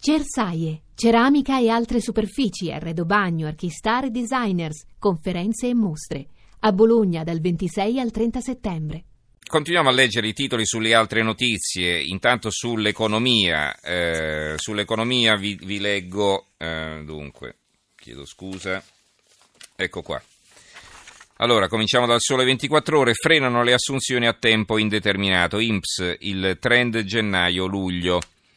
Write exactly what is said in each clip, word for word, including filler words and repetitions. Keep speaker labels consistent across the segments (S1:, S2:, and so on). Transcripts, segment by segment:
S1: Cersaie, ceramica e altre superfici, arredo bagno, archistar e designers, conferenze e mostre. A Bologna dal ventisei al trenta settembre.
S2: Continuiamo a leggere i titoli sulle altre notizie. Intanto sull'economia. Eh, sull'economia vi, vi leggo, eh, dunque, chiedo scusa, ecco qua. Allora, cominciamo dal Sole ventiquattro Ore. Frenano le assunzioni a tempo indeterminato. I N P S, il trend gennaio-luglio.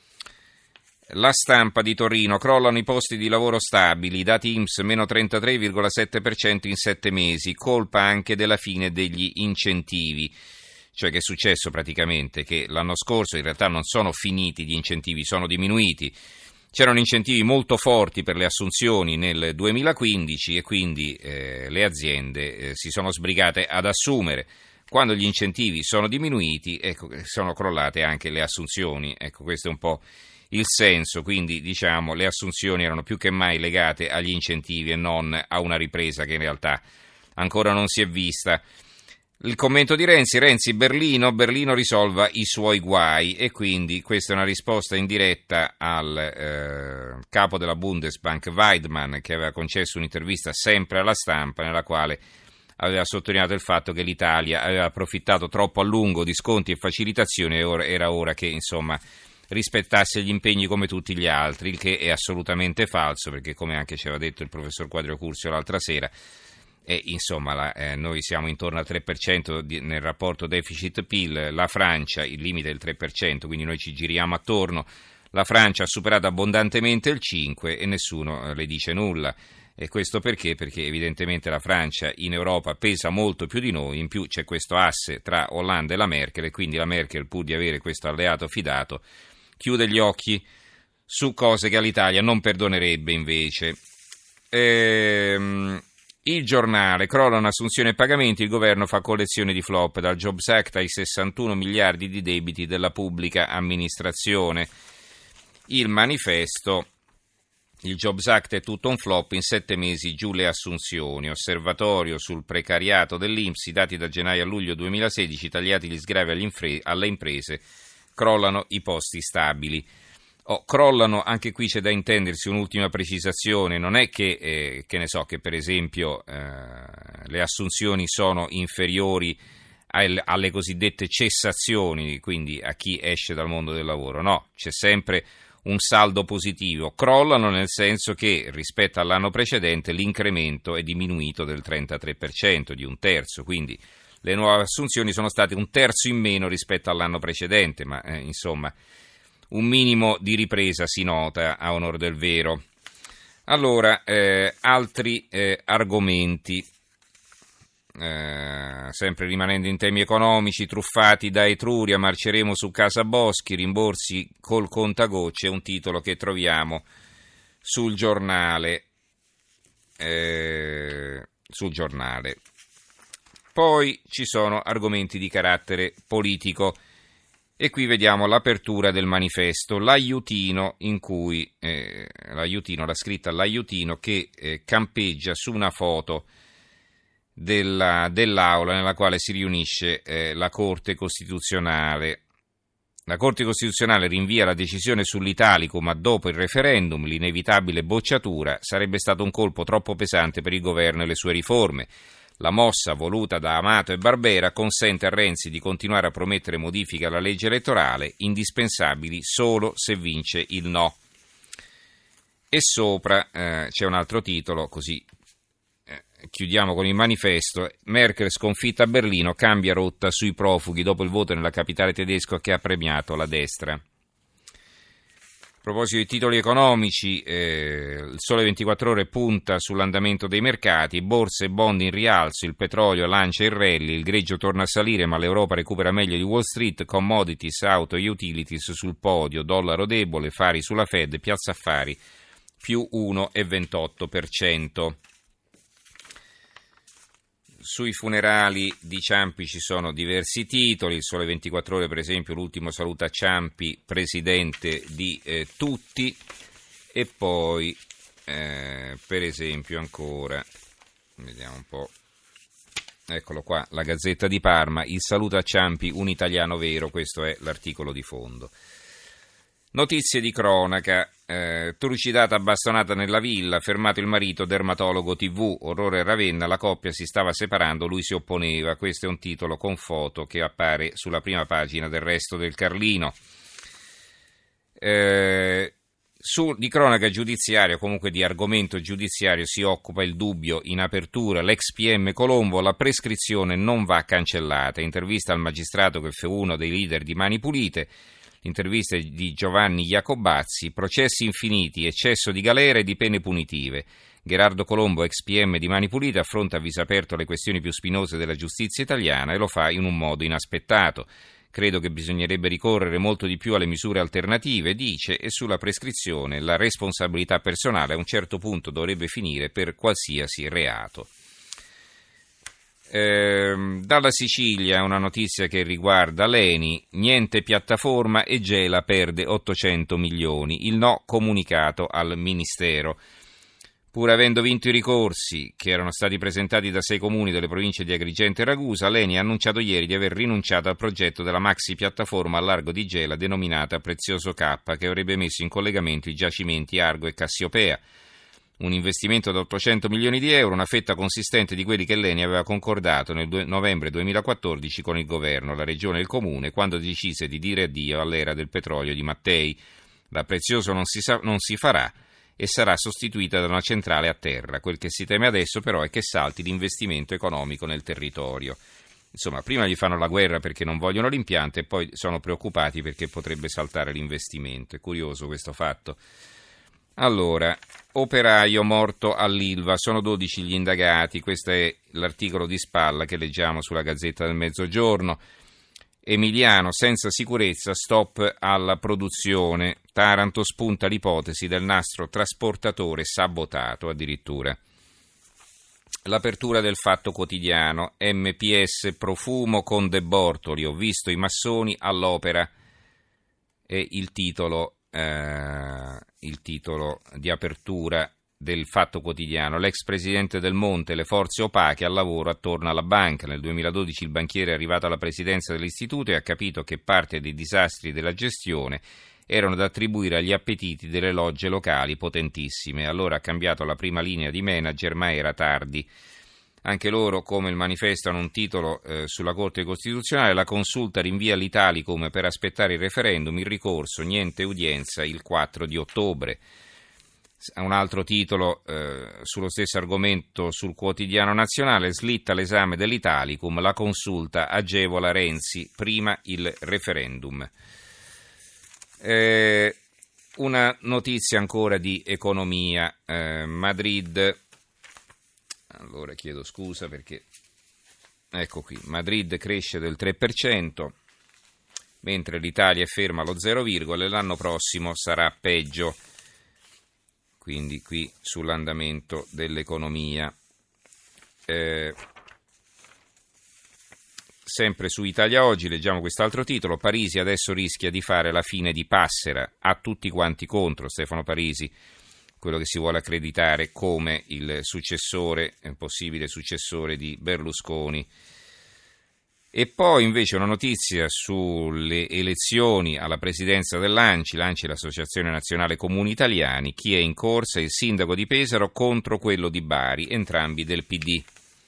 S2: La Stampa di Torino, crollano i posti di lavoro stabili, dati I N P S meno trentatré virgola sette per cento in sette mesi, colpa anche della fine degli incentivi. Cioè che è successo praticamente che l'anno scorso in realtà non sono finiti gli incentivi, sono diminuiti. C'erano incentivi molto forti per le assunzioni nel duemilaquindici e quindi eh, le aziende eh, si sono sbrigate ad assumere. Quando gli incentivi sono diminuiti, ecco, sono crollate anche le assunzioni. Ecco, questo è un po' il senso, quindi diciamo le assunzioni erano più che mai legate agli incentivi e non a una ripresa che in realtà ancora non si è vista. Il commento di Renzi, Renzi Berlino, Berlino risolva i suoi guai, e quindi questa è una risposta in diretta al eh, capo della Bundesbank Weidmann, che aveva concesso un'intervista sempre alla Stampa nella quale aveva sottolineato il fatto che l'Italia aveva approfittato troppo a lungo di sconti e facilitazioni e ora, era ora che insomma rispettasse gli impegni come tutti gli altri, il che è assolutamente falso, perché come anche ci aveva detto il professor Quadrio Curzio l'altra sera, e insomma la, eh, noi siamo intorno al tre per cento di, nel rapporto deficit-P I L, la Francia il limite è il tre per cento, quindi noi ci giriamo attorno, la Francia ha superato abbondantemente il cinque per cento e nessuno eh, le dice nulla. E questo perché? Perché evidentemente la Francia in Europa pesa molto più di noi, in più c'è questo asse tra Hollande e la Merkel, e quindi la Merkel, pur di avere questo alleato fidato, chiude gli occhi su cose che all'Italia non perdonerebbe invece. Ehm, il Giornale, crollano assunzioni e pagamenti, il governo fa collezione di flop, dal Jobs Act ai sessantuno miliardi di debiti della pubblica amministrazione. Il Manifesto, il Jobs Act è tutto un flop, in sette mesi giù le assunzioni. Osservatorio sul precariato dell'I N P S, i dati da gennaio a luglio duemilasedici, tagliati gli sgravi agli infre- alle imprese, crollano i posti stabili. Oh, crollano, anche qui c'è da intendersi un'ultima precisazione, non è che, eh, che ne so, che per esempio eh, le assunzioni sono inferiori al, alle cosiddette cessazioni, quindi a chi esce dal mondo del lavoro, no, c'è sempre un saldo positivo. Crollano nel senso che rispetto all'anno precedente l'incremento è diminuito del trentatré per cento, di un terzo, quindi le nuove assunzioni sono state un terzo in meno rispetto all'anno precedente, ma eh, insomma un minimo di ripresa si nota a onor del vero. Allora, eh, altri eh, argomenti, eh, sempre rimanendo in temi economici, truffati da Etruria, marceremo su Casa Boschi, rimborsi col contagocce, è un titolo che troviamo sul giornale. Eh, sul giornale. Poi ci sono argomenti di carattere politico e qui vediamo l'apertura del Manifesto, l'aiutino in cui, eh, l'aiutino, la scritta l'aiutino che eh, campeggia su una foto della, dell'aula nella quale si riunisce eh, la Corte Costituzionale. La Corte Costituzionale rinvia la decisione sull'Italicum, ma dopo il referendum l'inevitabile bocciatura sarebbe stato un colpo troppo pesante per il governo e le sue riforme. La mossa voluta da Amato e Barbera consente a Renzi di continuare a promettere modifiche alla legge elettorale, indispensabili solo se vince il no. E sopra eh, c'è un altro titolo, così eh, chiudiamo con il Manifesto. Merkel sconfitta a Berlino, cambia rotta sui profughi dopo il voto nella capitale tedesca che ha premiato la destra. A proposito di titoli economici, eh, il Sole ventiquattro Ore punta sull'andamento dei mercati, borse e bond in rialzo, il petrolio lancia il rally, il greggio torna a salire ma l'Europa recupera meglio di Wall Street, commodities, auto e utilities sul podio, dollaro debole, Fari sulla Fed, Piazza Affari più uno virgola ventotto per cento. Sui funerali di Ciampi ci sono diversi titoli, il Sole ventiquattro Ore per esempio, l'ultimo saluta Ciampi, presidente di eh, tutti, e poi eh, per esempio ancora, vediamo un po', eccolo qua, la Gazzetta di Parma, il saluto a Ciampi, un italiano vero, questo è l'articolo di fondo. Notizie di cronaca. Eh, trucidata bastonata nella villa, fermato il marito, dermatologo tivù, orrore a Ravenna, la coppia si stava separando, lui si opponeva. Questo è un titolo con foto che appare sulla prima pagina del Resto del Carlino. Eh, su, di cronaca giudiziaria, comunque di argomento giudiziario, si occupa Il Dubbio in apertura, l'ex P M Colombo, la prescrizione non va cancellata, intervista al magistrato che fu uno dei leader di Mani Pulite. L'intervista di Giovanni Iacobazzi, processi infiniti, eccesso di galera e di pene punitive. Gherardo Colombo, ex P M di Mani Pulite, affronta a viso aperto le questioni più spinose della giustizia italiana e lo fa in un modo inaspettato. Credo che bisognerebbe ricorrere molto di più alle misure alternative, dice, e sulla prescrizione la responsabilità personale a un certo punto dovrebbe finire per qualsiasi reato. Eh, dalla Sicilia una notizia che riguarda l'Eni, niente piattaforma e Gela perde ottocento milioni, il no comunicato al Ministero. Pur avendo vinto i ricorsi che erano stati presentati da sei comuni delle province di Agrigento e Ragusa, l'Eni ha annunciato ieri di aver rinunciato al progetto della maxi piattaforma al largo di Gela denominata Prezioso K, che avrebbe messo in collegamento i giacimenti Argo e Cassiopea. Un investimento da ottocento milioni di euro, una fetta consistente di quelli che l'Eni aveva concordato nel novembre duemilaquattordici con il governo, la regione e il comune, quando decise di dire addio all'era del petrolio di Mattei. La Prezioso non si, sa- non si farà e sarà sostituita da una centrale a terra. Quel che si teme adesso però è che salti l'investimento economico nel territorio. Insomma, prima gli fanno la guerra perché non vogliono l'impianto e poi sono preoccupati perché potrebbe saltare l'investimento. È curioso questo fatto. Allora, operaio morto all'Ilva, sono dodici gli indagati, questo è l'articolo di spalla che leggiamo sulla Gazzetta del Mezzogiorno. Emiliano, senza sicurezza, stop alla produzione. Taranto spunta l'ipotesi del nastro trasportatore sabotato addirittura. L'apertura del Fatto Quotidiano, M P S profumo con De Bortoli, ho visto i massoni all'opera, è il titolo... Uh, il titolo di apertura del Fatto Quotidiano. L'ex presidente del Monte, le forze opache al lavoro attorno alla banca. Nel duemiladodici il banchiere è arrivato alla presidenza dell'istituto e ha capito che parte dei disastri della gestione erano da attribuire agli appetiti delle logge locali potentissime. Allora ha cambiato la prima linea di manager, ma era tardi. Anche loro, come il manifesto, hanno un titolo eh, sulla Corte Costituzionale, la consulta rinvia l'Italicum per aspettare il referendum, il ricorso, niente udienza il quattro di ottobre. Un altro titolo eh, sullo stesso argomento sul Quotidiano Nazionale, slitta l'esame dell'Italicum, la consulta agevola Renzi, prima il referendum. Eh, una notizia ancora di economia, eh, Madrid... Allora chiedo scusa perché, ecco qui, Madrid cresce del tre per cento, mentre l'Italia è ferma allo zero, e l'anno prossimo sarà peggio. Quindi qui sull'andamento dell'economia. Eh, sempre su Italia Oggi leggiamo quest'altro titolo, Parisi adesso rischia di fare la fine di Passera, a tutti quanti contro, Stefano Parisi, quello che si vuole accreditare come il successore, un possibile successore di Berlusconi. E poi invece una notizia sulle elezioni alla presidenza dell'ANCI, l'ANCI è l'Associazione Nazionale Comuni Italiani, chi è in corsa? Il sindaco di Pesaro contro quello di Bari, entrambi del P D.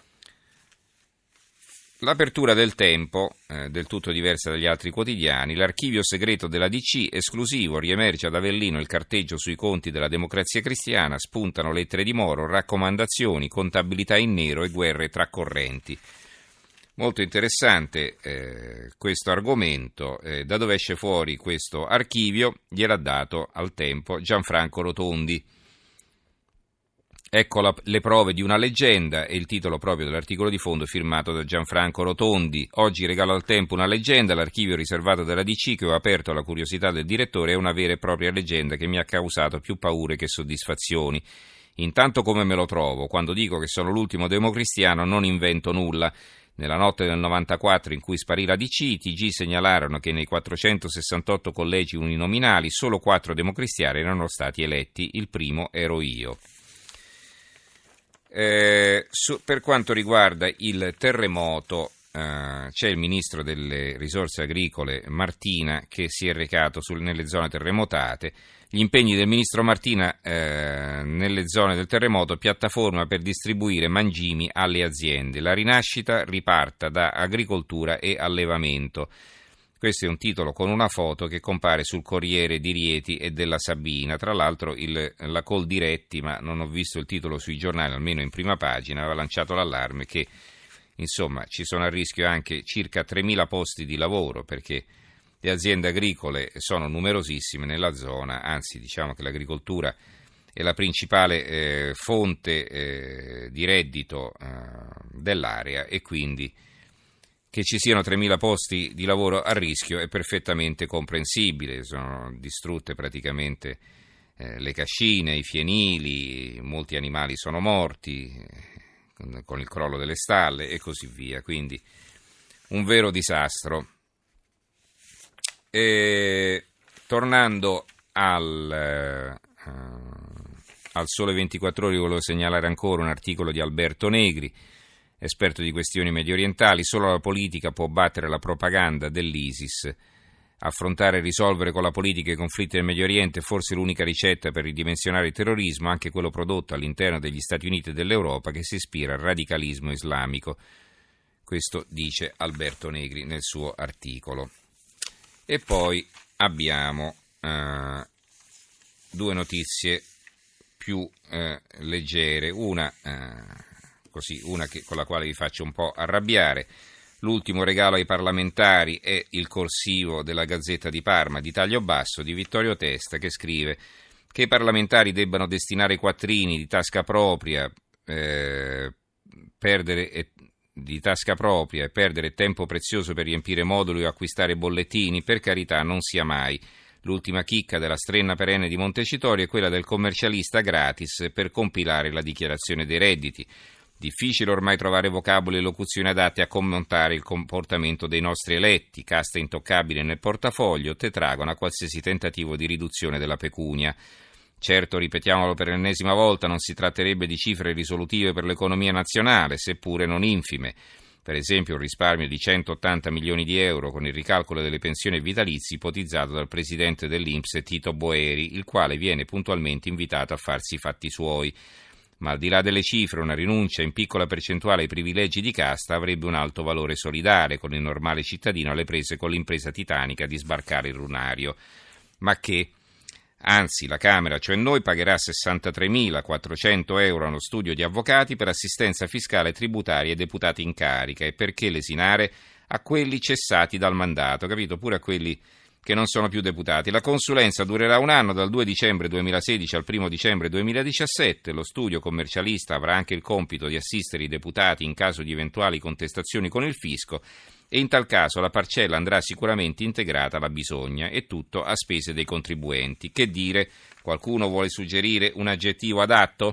S2: L'apertura del Tempo, eh, del tutto diversa dagli altri quotidiani, l'archivio segreto della D C, esclusivo, riemerge ad Avellino il carteggio sui conti della Democrazia Cristiana, spuntano lettere di Moro, raccomandazioni, contabilità in nero e guerre tra correnti. Molto interessante eh, questo argomento, eh, da dove esce fuori questo archivio gliel'ha dato al Tempo Gianfranco Rotondi. Ecco la, le prove di una leggenda, è il titolo proprio dell'articolo di fondo firmato da Gianfranco Rotondi. Oggi regalo al Tempo una leggenda, l'archivio riservato dalla D C che ho aperto alla curiosità del direttore è una vera e propria leggenda che mi ha causato più paure che soddisfazioni. Intanto come me lo trovo? Quando dico che sono l'ultimo democristiano non invento nulla. Nella notte del novantaquattro in cui sparì la D C, i T G segnalarono che nei quattrocentosessantotto collegi uninominali solo quattro democristiani erano stati eletti, il primo ero io. Eh, su, per quanto riguarda il terremoto, Uh, c'è il ministro delle risorse agricole Martina che si è recato sul, nelle zone terremotate. Gli impegni del ministro Martina eh, nelle zone del terremoto: piattaforma per distribuire mangimi alle aziende, la rinascita riparta da agricoltura e allevamento. Questo è un titolo con una foto che compare sul Corriere di Rieti e della Sabina. Tra l'altro il, la Coldiretti, ma non ho visto il titolo sui giornali, almeno in prima pagina, aveva lanciato l'allarme che insomma ci sono a rischio anche circa tremila posti di lavoro, perché le aziende agricole sono numerosissime nella zona, anzi diciamo che l'agricoltura è la principale eh, fonte eh, di reddito eh, dell'area, e quindi che ci siano tremila posti di lavoro a rischio è perfettamente comprensibile. Sono distrutte praticamente eh, le cascine, i fienili, molti animali sono morti eh, con il crollo delle stalle e così via, quindi un vero disastro. E, tornando al, uh, al Sole ventiquattro Ore, volevo segnalare ancora un articolo di Alberto Negri, esperto di questioni mediorientali. Solo la politica può battere la propaganda dell'ISIS. Affrontare e risolvere con la politica i conflitti del Medio Oriente è forse l'unica ricetta per ridimensionare il terrorismo, anche quello prodotto all'interno degli Stati Uniti e dell'Europa, che si ispira al radicalismo islamico. Questo dice Alberto Negri nel suo articolo. E poi abbiamo uh, due notizie più uh, leggere, una, uh, così, una che, con la quale vi faccio un po' arrabbiare. L'ultimo regalo ai parlamentari è il corsivo della Gazzetta di Parma di taglio basso di Vittorio Testa, che scrive che i parlamentari debbano destinare i quattrini di tasca propria, eh, perdere e di tasca propria e perdere tempo prezioso per riempire moduli o acquistare bollettini, per carità, non sia mai. L'ultima chicca della strenna perenne di Montecitorio è quella del commercialista gratis per compilare la dichiarazione dei redditi. Difficile ormai trovare vocaboli e locuzioni adatte a commentare il comportamento dei nostri eletti, casta intoccabile nel portafoglio, tetragona qualsiasi tentativo di riduzione della pecunia. Certo, ripetiamolo per l'ennesima volta, non si tratterebbe di cifre risolutive per l'economia nazionale, seppure non infime. Per esempio un risparmio di centottanta milioni di euro con il ricalcolo delle pensioni e vitalizi ipotizzato dal presidente dell'I N P S Tito Boeri, il quale viene puntualmente invitato a farsi i fatti suoi. Ma al di là delle cifre, una rinuncia in piccola percentuale ai privilegi di casta avrebbe un alto valore solidale con il normale cittadino alle prese con l'impresa titanica di sbarcare il lunario. Ma che... Anzi, la Camera, cioè noi, pagherà sessantatremilaquattrocento euro a uno studio di avvocati per assistenza fiscale, tributaria e deputati in carica. E perché lesinare? A quelli cessati dal mandato, capito? Pure a quelli che non sono più deputati. La consulenza durerà un anno, dal due dicembre duemilasedici al primo dicembre duemiladiciassette. Lo studio commercialista avrà anche il compito di assistere i deputati in caso di eventuali contestazioni con il fisco, e in tal caso la parcella andrà sicuramente integrata alla bisogna, e tutto a spese dei contribuenti. Che dire? Qualcuno vuole suggerire un aggettivo adatto?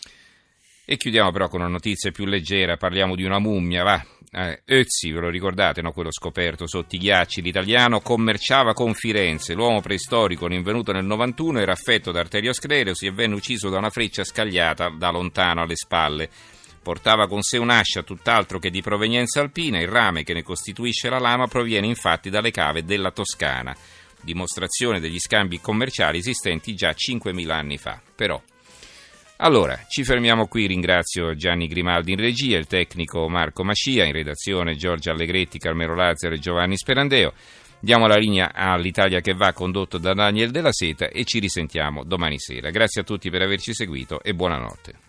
S2: E chiudiamo però con una notizia più leggera, parliamo di una mummia, va. Eh, Ötzi, ve lo ricordate, no? Quello scoperto sotto i ghiacci, l'italiano commerciava con Firenze, l'uomo preistorico rinvenuto nel novantuno era affetto da arteriosclerosi e venne ucciso da una freccia scagliata da lontano alle spalle. Portava con sé un'ascia tutt'altro che di provenienza alpina, il rame che ne costituisce la lama proviene infatti dalle cave della Toscana, dimostrazione degli scambi commerciali esistenti già cinquemila anni fa. Però, allora, ci fermiamo qui, ringrazio Gianni Grimaldi in regia, il tecnico Marco Mascia, in redazione Giorgia Allegretti, Carmelo Lazzaro e Giovanni Sperandeo. Diamo la linea all'Italia che va, condotto da Daniel Della Seta, e ci risentiamo domani sera. Grazie a tutti per averci seguito e buonanotte.